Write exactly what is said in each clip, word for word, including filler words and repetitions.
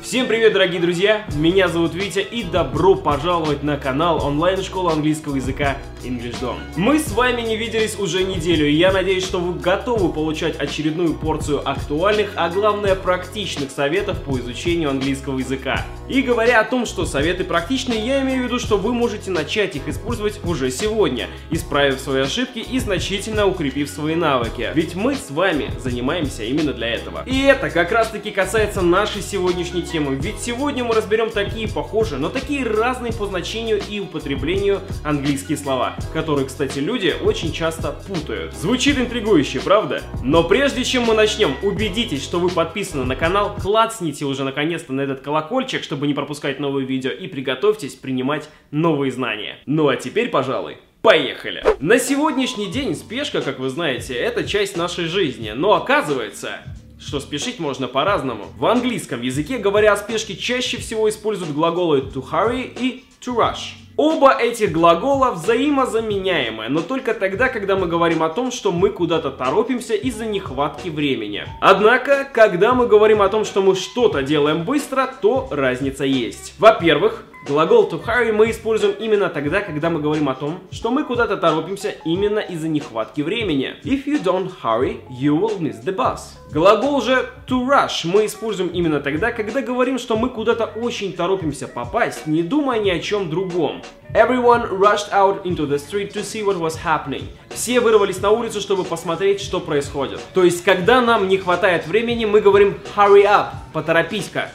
Всем привет, дорогие друзья! Меня зовут Витя и добро пожаловать на канал онлайн-школы английского языка EnglishDom. Мы с вами не виделись уже неделю, и я надеюсь, что вы готовы получать очередную порцию актуальных, а главное практичных советов по изучению английского языка. И говоря о том, что советы практичные, я имею в виду, что вы можете начать их использовать уже сегодня, исправив свои ошибки и значительно укрепив свои навыки. Ведь мы с вами занимаемся именно для этого. И это как раз таки касается нашей сегодняшней темы. Ведь сегодня мы разберем такие похожие, но такие разные по значению и употреблению английские слова, которые, кстати, люди очень часто путают. Звучит интригующе, правда? Но прежде чем мы начнем, убедитесь, что вы подписаны на канал, клацните уже наконец-то на этот колокольчик, чтобы не пропускать новые видео, и приготовьтесь принимать новые знания. Ну а теперь, пожалуй, поехали! На сегодняшний день спешка, как вы знаете, это часть нашей жизни, но оказывается, что спешить можно по-разному. В английском языке, говоря о спешке, чаще всего используют глаголы to hurry и to rush. Оба этих глагола взаимозаменяемые, но только тогда, когда мы говорим о том, что мы куда-то торопимся из-за нехватки времени. Однако, когда мы говорим о том, что мы что-то делаем быстро, то разница есть. Во-первых, глагол to hurry мы используем именно тогда, когда мы говорим о том, что мы куда-то торопимся именно из-за нехватки времени. If you don't hurry, you will miss the bus. Глагол же to rush мы используем именно тогда, когда говорим, что мы куда-то очень торопимся попасть, не думая ни о чем другом. Everyone rushed out into the street to see what was happening. Все вырвались на улицу, чтобы посмотреть, что происходит. То есть, когда нам не хватает времени, мы говорим hurry up, поторопись-ка.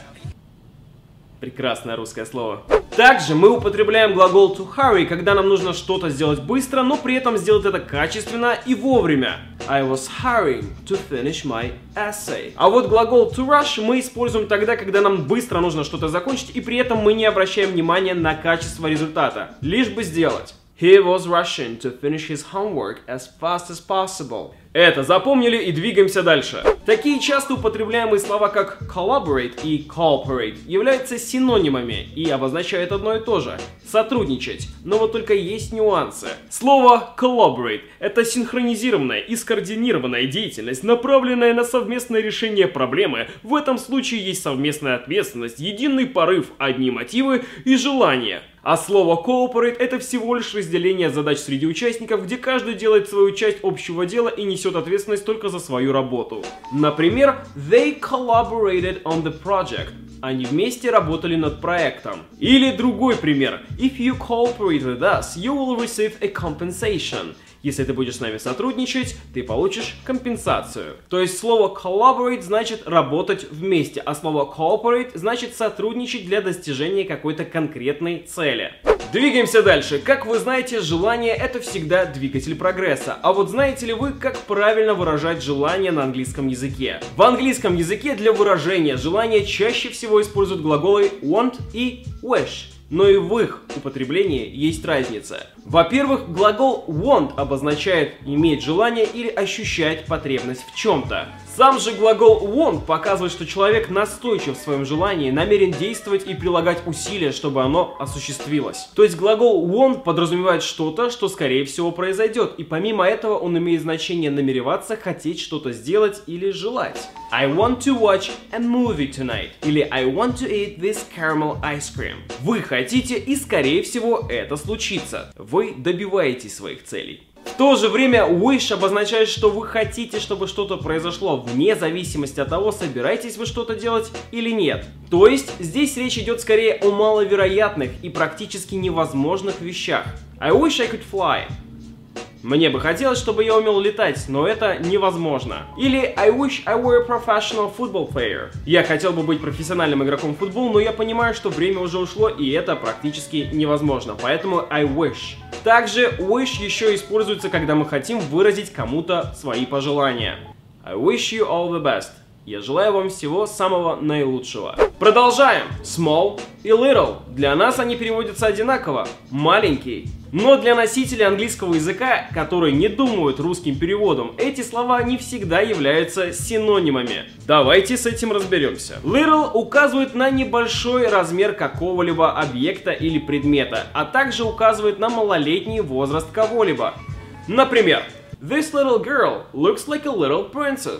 Прекрасное русское слово. Также мы употребляем глагол to hurry, когда нам нужно что-то сделать быстро, но при этом сделать это качественно и вовремя. I was hurrying to finish my essay. А вот глагол to rush мы используем тогда, когда нам быстро нужно что-то закончить, и при этом мы не обращаем внимания на качество результата. Лишь бы сделать. He was rushing to finish his homework as fast as possible. Это запомнили и двигаемся дальше. Такие часто употребляемые слова, как collaborate и cooperate, являются синонимами и обозначают одно и то же – сотрудничать. Но вот только есть нюансы. Слово collaborate – это синхронизированная и скоординированная деятельность, направленная на совместное решение проблемы. В этом случае есть совместная ответственность, единый порыв, одни мотивы и желания. А слово cooperate – это всего лишь разделение задач среди участников, где каждый делает свою часть общего дела и несет ответственность только за свою работу. Например, they collaborated on the project. Они вместе работали над проектом. Или другой пример. If you cooperate with us, you will receive a compensation. Если ты будешь с нами сотрудничать, ты получишь компенсацию. То есть слово collaborate значит работать вместе, а слово cooperate значит сотрудничать для достижения какой-то конкретной цели. Двигаемся дальше. Как вы знаете, желание — это всегда двигатель прогресса. А вот знаете ли вы, как правильно выражать желание на английском языке? В английском языке для выражения желания чаще всего используют глаголы want и wish. Но и в их употреблении есть разница. Во-первых, глагол want обозначает иметь желание или ощущать потребность в чем-то. Сам же глагол want показывает, что человек настойчив в своем желании, намерен действовать и прилагать усилия, чтобы оно осуществилось. То есть глагол want подразумевает что-то, что скорее всего произойдет, и помимо этого он имеет значение намереваться, хотеть что-то сделать или желать. I want to watch a movie tonight. Или I want to eat this caramel ice cream. Вы хотите, и скорее всего это случится. Вы добиваетесь своих целей. В то же время wish обозначает, что вы хотите, чтобы что-то произошло, вне зависимости от того, собираетесь вы что-то делать или нет. То есть здесь речь идет скорее о маловероятных и практически невозможных вещах. I wish I could fly. Мне бы хотелось, чтобы я умел летать, но это невозможно. Или I wish I were a professional football player. Я хотел бы быть профессиональным игроком в футбол, но я понимаю, что время уже ушло, и это практически невозможно. Поэтому I wish. Также wish еще используется, когда мы хотим выразить кому-то свои пожелания. I wish you all the best. Я желаю вам всего самого наилучшего. Продолжаем. Small и little. Для нас они переводятся одинаково. Маленький. Но для носителей английского языка, которые не думают русским переводом, эти слова не всегда являются синонимами. Давайте с этим разберемся. Little указывает на небольшой размер какого-либо объекта или предмета, а также указывает на малолетний возраст кого-либо. Например, This little girl looks like a little princess.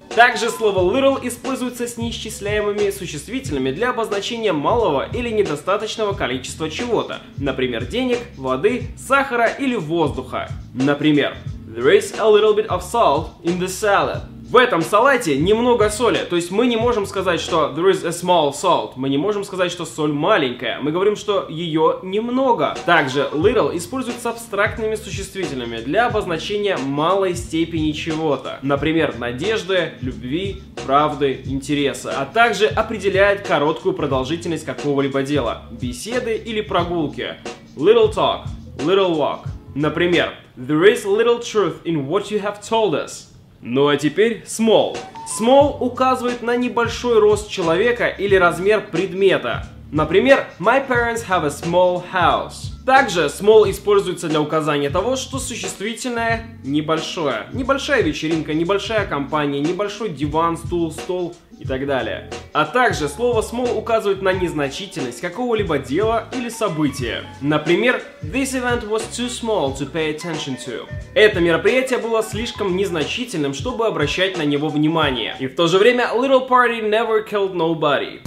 Также слово little используется с неисчисляемыми существительными для обозначения малого или недостаточного количества чего-то, например, денег, воды, сахара или воздуха. Например, there is a little bit of salt in the salad. В этом салате немного соли, то есть мы не можем сказать, что there is a small salt, мы не можем сказать, что соль маленькая, мы говорим, что ее немного. Также little используется с абстрактными существительными для обозначения малой степени чего-то, например, надежды, любви, правды, интереса, а также определяет короткую продолжительность какого-либо дела, беседы или прогулки. Little talk, little walk. Например, there is little truth in what you have told us. Ну а теперь small. Small указывает на небольшой рост человека или размер предмета. Например, my parents have a small house. Также small используется для указания того, что существительное небольшое. Небольшая вечеринка, небольшая компания, небольшой диван, стул, стол и так далее. А также слово small указывает на незначительность какого-либо дела или события. Например, this event was too small to pay attention to. Это мероприятие было слишком незначительным, чтобы обращать на него внимание. И в то же время little party never killed nobody.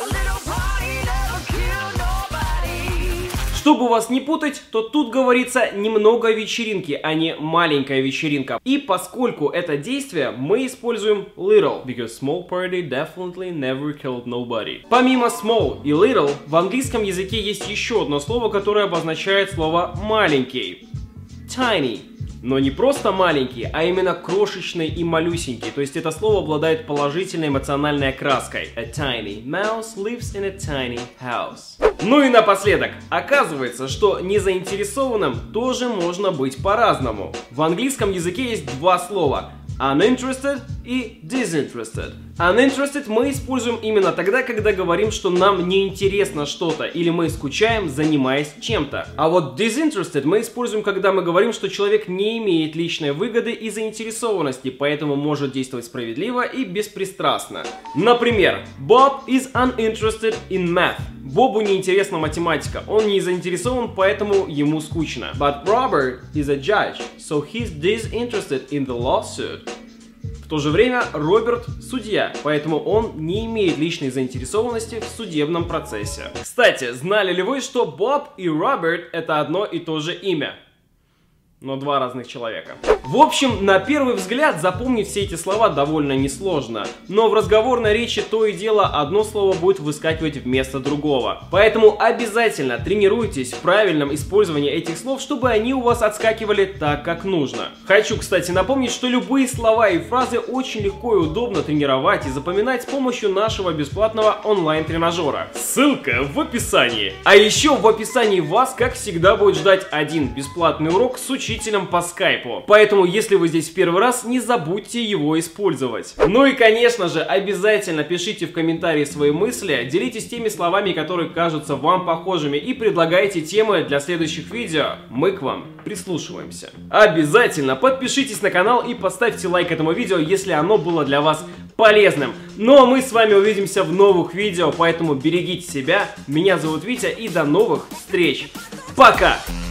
Чтобы вас не путать, то тут говорится немного вечеринки, а не маленькая вечеринка. И поскольку это действие, мы используем little, because small party definitely never killed nobody. Помимо small и little, в английском языке есть еще одно слово, которое обозначает слово маленький. Tiny. Но не просто маленький, а именно крошечный и малюсенький. То есть это слово обладает положительной эмоциональной окраской. A tiny mouse lives in a tiny house. Ну и напоследок. Оказывается, что незаинтересованным тоже можно быть по-разному. В английском языке есть два слова. Uninterested и disinterested. Uninterested мы используем именно тогда, когда говорим, что нам не интересно что-то, или мы скучаем, занимаясь чем-то. А вот disinterested мы используем, когда мы говорим, что человек не имеет личной выгоды и заинтересованности, поэтому может действовать справедливо и беспристрастно. Например, Bob is uninterested in math. Бобу не интересна математика, он не заинтересован, поэтому ему скучно. But Robert is a judge, so he's disinterested in the lawsuit. В то же время Роберт судья, поэтому он не имеет личной заинтересованности в судебном процессе. Кстати, знали ли вы, что Боб и Роберт это одно и то же имя? Но два разных человека. В общем, на первый взгляд запомнить все эти слова довольно несложно, но в разговорной речи то и дело одно слово будет выскакивать вместо другого. Поэтому обязательно тренируйтесь в правильном использовании этих слов, чтобы они у вас отскакивали так, как нужно. Хочу, кстати, напомнить, что любые слова и фразы очень легко и удобно тренировать и запоминать с помощью нашего бесплатного онлайн-тренажера. Ссылка в описании. А еще в описании вас, как всегда, будет ждать один бесплатный урок с учителем по скайпу. Поэтому, если вы здесь в первый раз, не забудьте его использовать. Ну и, конечно же, обязательно пишите в комментарии свои мысли, делитесь теми словами, которые кажутся вам похожими, и предлагайте темы для следующих видео. Мы к вам прислушиваемся. Обязательно подпишитесь на канал и поставьте лайк этому видео, если оно было для вас полезным. Ну а мы с вами увидимся в новых видео, поэтому берегите себя. Меня зовут Витя, и до новых встреч. Пока!